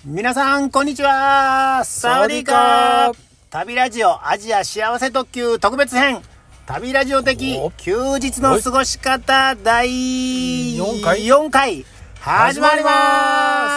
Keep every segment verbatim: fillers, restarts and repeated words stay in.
皆さんこんにちは。サワディーカー。旅ラジオアジア幸せ特急特別編、旅ラジオ的休日の過ごし方だいよんかいよんかい始まります。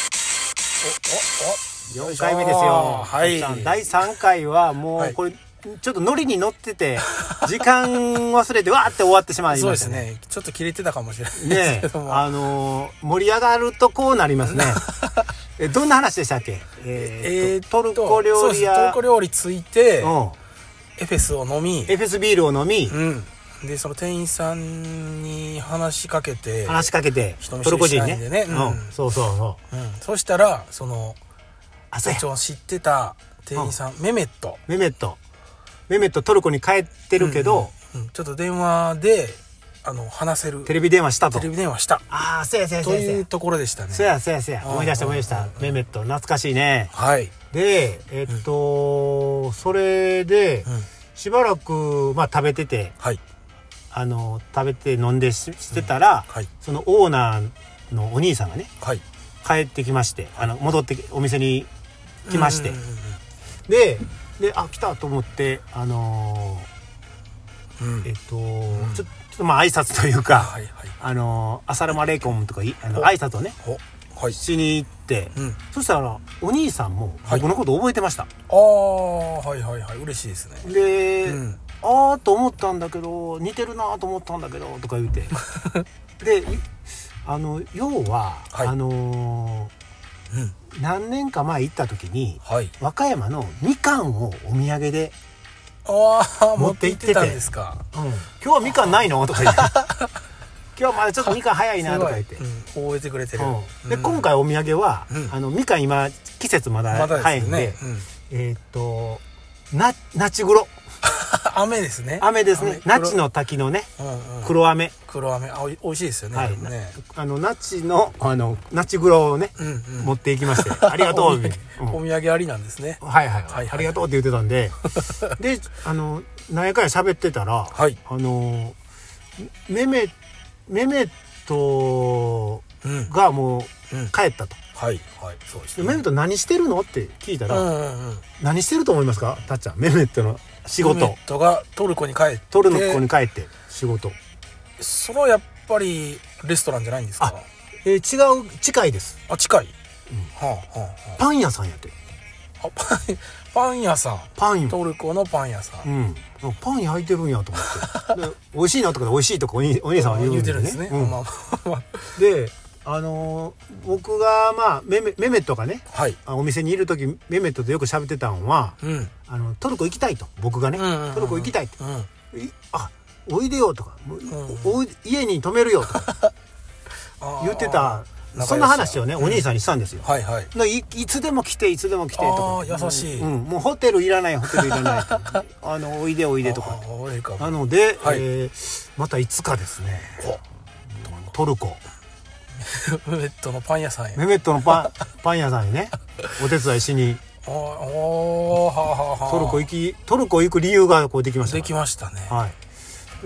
おおおよんかいめですよ。はい、だいさんかいはもうこれ、はい、ちょっとノリに乗ってて時間忘れてわーって終わってしまいましたね。 そうですね、ちょっと切れてたかもしれないですけども、ね、あのー、盛り上がるとこうなりますね。えどんな話でしたっけ？えー、えー、トルコ料理屋、 トルコ料理ついて、うん、エフェスを飲み、 エフェスビールを飲み、 うん、でその店員さんに話しかけて話しかけて人見知りしたいんでね、 うんうん、そうそうそう、 うん、そしたらその社長知ってた店員さん、うん、メメットメメットメメットトルコに帰ってるけど、 うんうんうん、ちょっと電話であの話せるテレビ電話したとテレビ電話したああせやせやせやというところでしたね。 せやせやせや思い出した思い出したメメット懐かしいね。 はいでえっと、うん、それで、うん、しばらくまあ食べてて、はい、あの食べて飲んで し, してたら、うんはい、そのオーナーのお兄さんがね、はい、帰ってきまして、あの戻ってお店に来まして、うんうんうんうん、でであ来たと思ってあのーうん、えっと、うん、ちょっとまあ挨拶というか、はいはい、あのアサラムアレイコムとかあの挨拶をね、はい、しに行って、うん、そしたらお兄さんも僕のこと覚えてました。はい、 ああはいはいはい嬉しいですね。 で、うん、ああと思ったんだけど似てるなと思ったんだけどとか言ってであの要は、はい、あのーうん、何年か前行った時に、はい、和歌山のみかんをお土産であ持って行ってたんですか。 うん、今日はみかんないのとか言って今日はまだちょっとみかん早いなとか言って、 うん、覚えてくれてる、 うん、で、うん、今回お土産は、うん、あのみかん今季節まだ早いん で,、までねうん、えー、っとななち黒飴ですね。 飴ですね。那智の滝のね、うんうん、黒飴黒飴あおいしいですよね。はい、ねあの那智のあの那智黒をね、うんうん、持っていきましてありがとうお土産、お土産ありなんですね。 はいはい、はいはい、ありがとうって言ってたんでであの何やかんや喋ってたら、はい、あのメメメメットがもう帰ったと、うんうん、はいはいそうですね。メメット何してるのって聞いたら、うんうんうん、何してると思いますかたっちゃん。メメットの仕事。メメットがトルコに帰ってトルコに帰って仕事。 そのやっぱりレストランじゃないんですか。 あ、えー、違う近いです。 あ近い、うんはあはあはあ、パン屋さんやって。 あパンパン屋さんパントルコのパン屋さん、うん、 パン焼いてるんやと思ってで美味しいなとかで美味しいとかお 兄, お兄さんは言うんでね、言うてるんですね、うんまあまあ、であのー、僕がまあメメメメットがね、はい、お店にいる時メメットとよく喋ってたのは、うん、あのトルコ行きたいと僕がね、うんうんうん、トルコ行きたいって、うん、あおいでよとか、うん、お家に泊めるよとか言ってたそんな話をね、うん、お兄さんにしたんですよ、はいはい、い, いつでも来ていつでも来てとか優しい、 うん、もうホテルいらないホテルいらないあのおいでおいでとかなので、はいえー、またいつかですねトルコメメットのパン屋さんへメメットのパン、パン屋さんにねお手伝いしにおおはははトルコ行きトルコ行く理由がこうできましたできましたね、はい、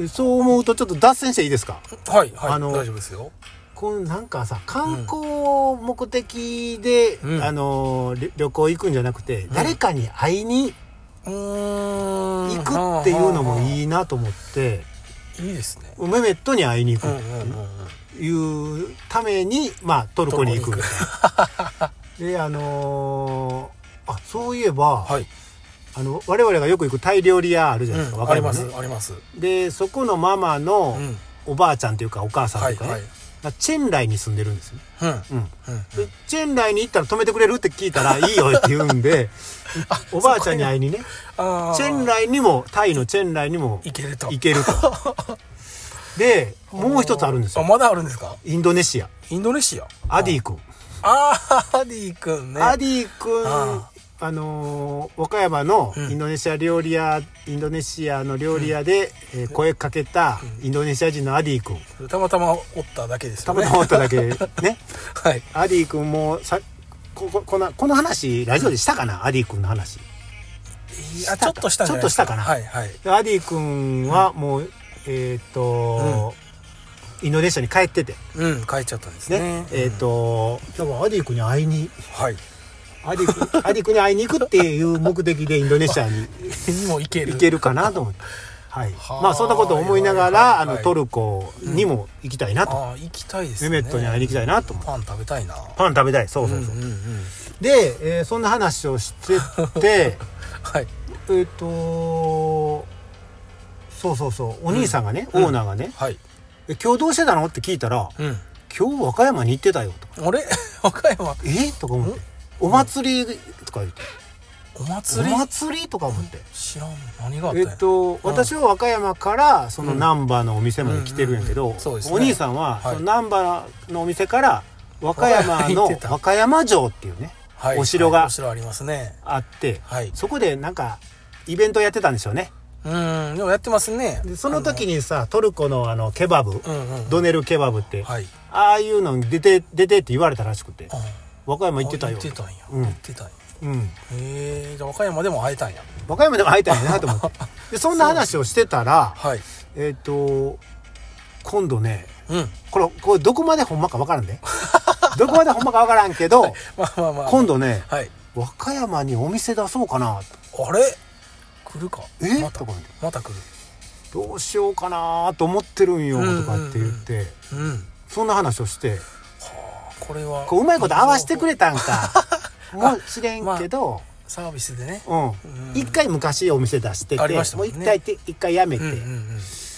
そう思うとちょっと脱線していいですか。 はいはいあの大丈夫ですよ。 こうなんかさ観光目的で、うん、あの旅行行くんじゃなくて、うん、誰かに会いに行くっていうのもいいなと思って、 いいですね。 メメットに会いに行くっていうために、まあトルコに行くみたいなであのー、あそういえば、はい、あの我々がよく行くタイ料理屋あるじゃないですか、うん、 わかりますあります。 でそこのママのおばあちゃんというかお母さんというかね、はいはいチェンライに住んでるんですよ、うんうんうん、でチェンライに行ったら泊めてくれるって聞いたらいいよって言うんでおばあちゃんに会いにねチェンライにもタイのチェンライにも行けると行けるとでもう一つあるんですよ。 あまだあるんですか。 インドネシアインドネシアアディ君ああアディ君ねアディ君ああのー、和歌山のインドネシア料理屋、うん、インドネシアの料理屋で、うんえー、声かけたインドネシア人のアディ君、 うん、たまたまおっただけですよね。 たまたまおっただけね、はい、アディ君もさ こ, こ, こ, のこの話ラジオでしたかな、うん、アディ君の話あちょっとしたんじゃないですか。 ちょっとしたかな、はいはい、アディ君はもうえっ、ー、と、うんインドネシアに帰ってて、 うん帰っちゃったんですね。 ね、えっ、ー、とだからアディ君に会いに、 はい、 アディ君アディ君に会いに行くっていう目的でインドネシアににも行ける行けるかなと思って。はい、まあそんなことを思いながら、はいはいはい、あのトルコにも行きたいなと、 うん、あ行きたいですね。 メメットに会いに行きたいなと。 パン食べたいな。 パン食べたい。そうそうそう、うんうんうん、で、えー、そんな話をしててはい、 えっ、ー、とそうそうそうお兄さんがね、うん、オーナーがね、うん、はい、今日どうしてたのって聞いたら、うん、今日和歌山に行ってたよとか。 あれ和歌山えとか思って、お祭りとか言って、 お祭りお祭りとか思って、うん、 知らん。何があったんや。 えっと、うん、私は和歌山からその難波のお店まで来てるんやけど、うんうんうんね、お兄さんはその難波のお店から和歌山の和歌山城っていうね、はい、お城が、はい、お城ありますね。あって、はい、そこでなんかイベントやってたんですよね。 うん、でもやってますね。 でその時にさ、トルコのあのケバブ、うんうん、ドネルケバブって、はい、ああいうのに出て出てって言われたらしくて、うん、和歌山行ってたよ。 行ってたんや。 うん、 行ってたんや。うん、へえ、 じゃあ和歌山でも会えたんや。 和歌山でも会えたんやなと思ってでそんな話をしてたら、はい、えっ、ー、と今度ね、うん、これこれどこまでほんまか分からんでどこまでほんまか分からんけど、はい、まあまあまあ、今度ね、はい、和歌山にお店出そうかなと。あれ来るか。 えまたまた来る。 どうしようかなと思ってるんよ、うんうんうん、とかって言って、うん、そんな話をして、はあ、これはこううまいこと合わせてくれたんかもしれんけど、まあ、 サービスでね、 うん、一回昔お店出してて、ね、もう一回一回やめて、うんうんうん、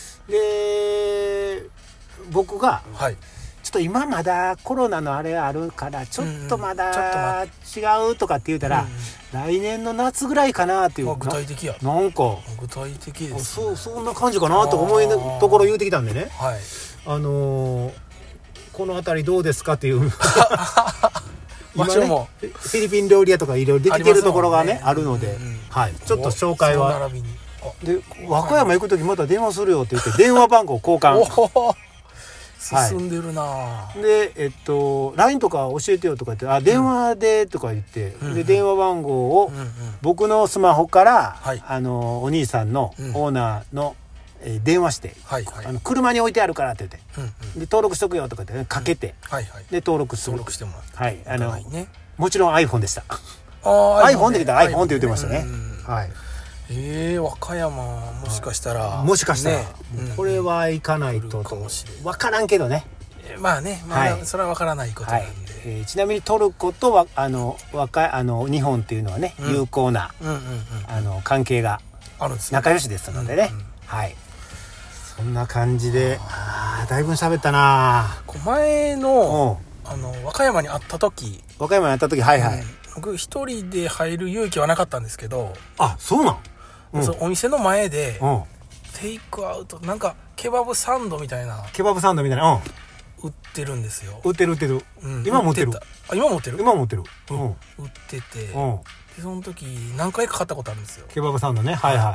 で僕が、はい、ちょっと今まだコロナのあれあるからちょっとまだ違うとかって言うたら、うんうん、来年の夏ぐらいかなっていう、 具体的やな、なんか具体的です、ね、 そ, そんな感じかなと思いのところ言うてきたんでね、はい、あのー、この辺りどうですかっていう今ね、もフィリピン料理屋とかいろいろできてるところが ね, ねあるので、うんうん、はい、ちょっと紹介はで和歌山行く時また電話するよって言って電話番号交換進んでるな、 はい、でえっと ライン とか教えてよとか言ってあ電話でとか言って、うん、で電話番号を僕のスマホから、うんうん、あのお兄さんのオーナーの、えー、電話して、はいはい、あの車に置いてあるからって言って、うんうん、で登録しとくよとか言って、ね、かけて、うんはいはい、で登録する登録してもらう、 はい、あの、ね、もちろん iPhone でした。 あ iPhone で来たら iPhone って言ってましたね、はい。 えー、和歌山もしかしたら、 はい、もしかしたら、ね、これは行かないとかもしれない分からんけどね、 まあね、まあ、それは分からないことなんで、はい、 えー、ちなみにトルコとはあの和歌あの日本っていうのはね、うん、友好な、うんうんうん、あの関係があるんです、ね、仲良しですのでね、うんうん、はい、そんな感じで、ああだいぶ喋ったな。 前の、あの和歌山に会った時和歌山に会った時はいはい、うん、 僕一人で入る勇気はなかったんですけど、 あそうなん、 うん、そお店の前で、うん、テイクアウトなんかケバブサンドみたいなケバブサンドみたいな、 うん、売ってるんですよ。 売ってる売ってる、うん、今持ってる。 あ今持ってる今持ってる、 うん、売ってて、うん、でその時何回か買ったことあるんですよ。 ケバブサンドね、はいはい。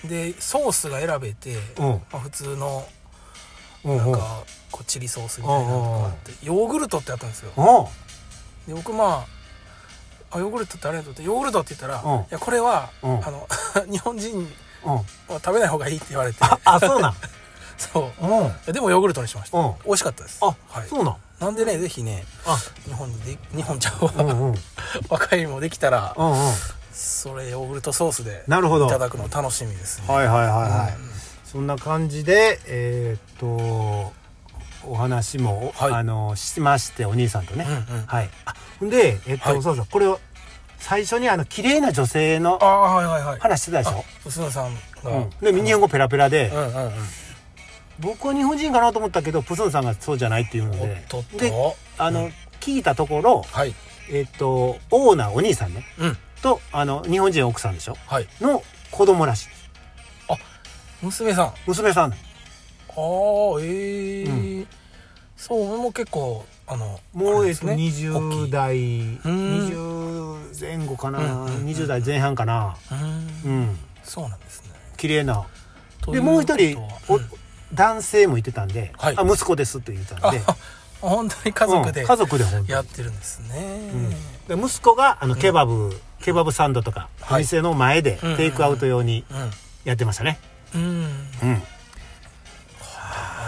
でソースが選べて、うん、まあ、普通のなんかこうチリソースみたいなのがあってヨーグルトってあったんですよ。で僕まああヨーグルトってあれだとってヨーグルトって言ったら、うん、いやこれは、うん、あの日本人は食べない方がいいって言われて、 あ, あそうなんそう、うん、でもヨーグルトにしました、うん、美味しかったです。 あ、はい、そうなんなんでねぜひねあ日本で日本ちゃうわ、うんうん、若いもできたら、うんうん、それヨーグルトソースでいただくの楽しみですね。 はいはいはいはい、うん、そんな感じでえー、っとお話も、はい、あのしましてお兄さんとね、うんうん、はい。あでえっと、はい、そうそうこれを最初にあの綺麗な女性の話してたでしょ。 臼野さんが、 うん、で日本語ペラペラで、うんうんうん、僕は日本人かなと思ったけどプスンさんがそうじゃないっていうので、 おっとっとであの、うん、聞いたところ、はい、えっとオーナーお兄さんね、うん、とあの日本人奥さんでしょ、はい、の子供らしいです。 あ娘さん娘さん。 あーえーうん、そうもう結構あのもうえっと、ね、にじゅう代にじゅう前後かな、うんうんうん、にじゅう代前半かな、 うん、うん、そうなんですね。 綺麗なでもう一人、うん、男性もいてたんで、はい、あ息子ですって言ったんで本当に家族で、 うん、家族でやってるんですね、 うん、で息子があのケバブ、うん、ケバブサンドとか、はい、お店の前でテイクアウト用にやってましたね。うん、うんうん、あ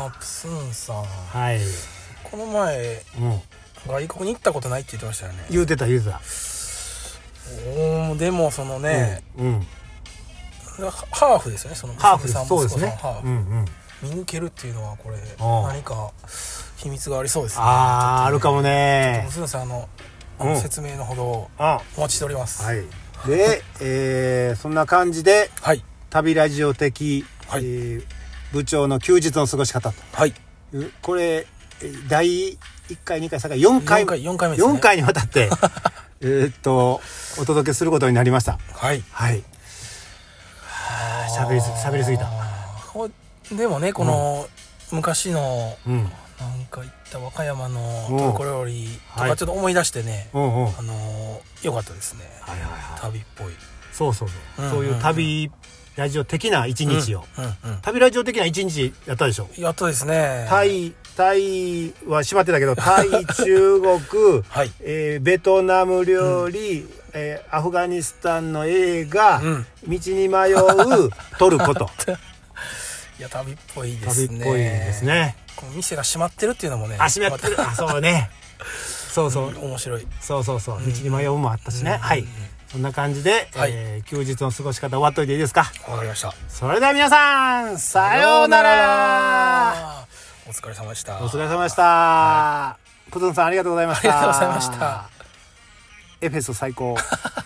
あプスンさん、 はい、 この前、うん、外国に行ったことないって言ってましたよね。 言うてた言うてた。 おでもそのね、うんうん、ハーフですよね、そのハーフです。そうですね。ハーフ、うんうん、 見抜けるっていうのはこれ何か秘密がありそうですね。 ああ、ね、あるかもね。 プスンさんのあの説明のほどお待ちしております。 はい。で、えー、そんな感じで、はい、旅ラジオ的、はい、えー、部長の休日の過ごし方と、はい、これだいいっかいにかいさんかいよんかいよんかいめですね。 よんかいにわたってえっとお届けすることになりました。はいはい。しゃべりす喋りすぎた。 でもね、この、うん、昔の、うん、なんか行った和歌山のトルコ料理とかちょっと思い出してね、はい、あのー、よかったですね。はいはいはい、旅っぽい。 そうそうそう、うんうんうん、そういう旅ラジオ的な一日を、うんうんうん、旅ラジオ的な一日やったでしょ。 やったですね。 タイタイは閉まってたけど、タイ、中国、はい、えー、ベトナム料理、うん、えー、アフガニスタンの映画、うん、道に迷うトルコといや旅っぽいですね。 旅っぽいですね。 この店が閉まってるっていうのもね。 あ、閉まってる。あ、そうね。そうそう、うん、 面白い。 そうそうそう、道に迷うもあったしね。うん、はい。そんな感じで、はい、えー、休日の過ごし方終わっといていいですか。 わかりました。 それでは皆さん、さようなら。 お疲れ様でした。 お疲れ様でした。はい、プトンさんありがとうございました。 ありがとうございました。 エフェソ最高。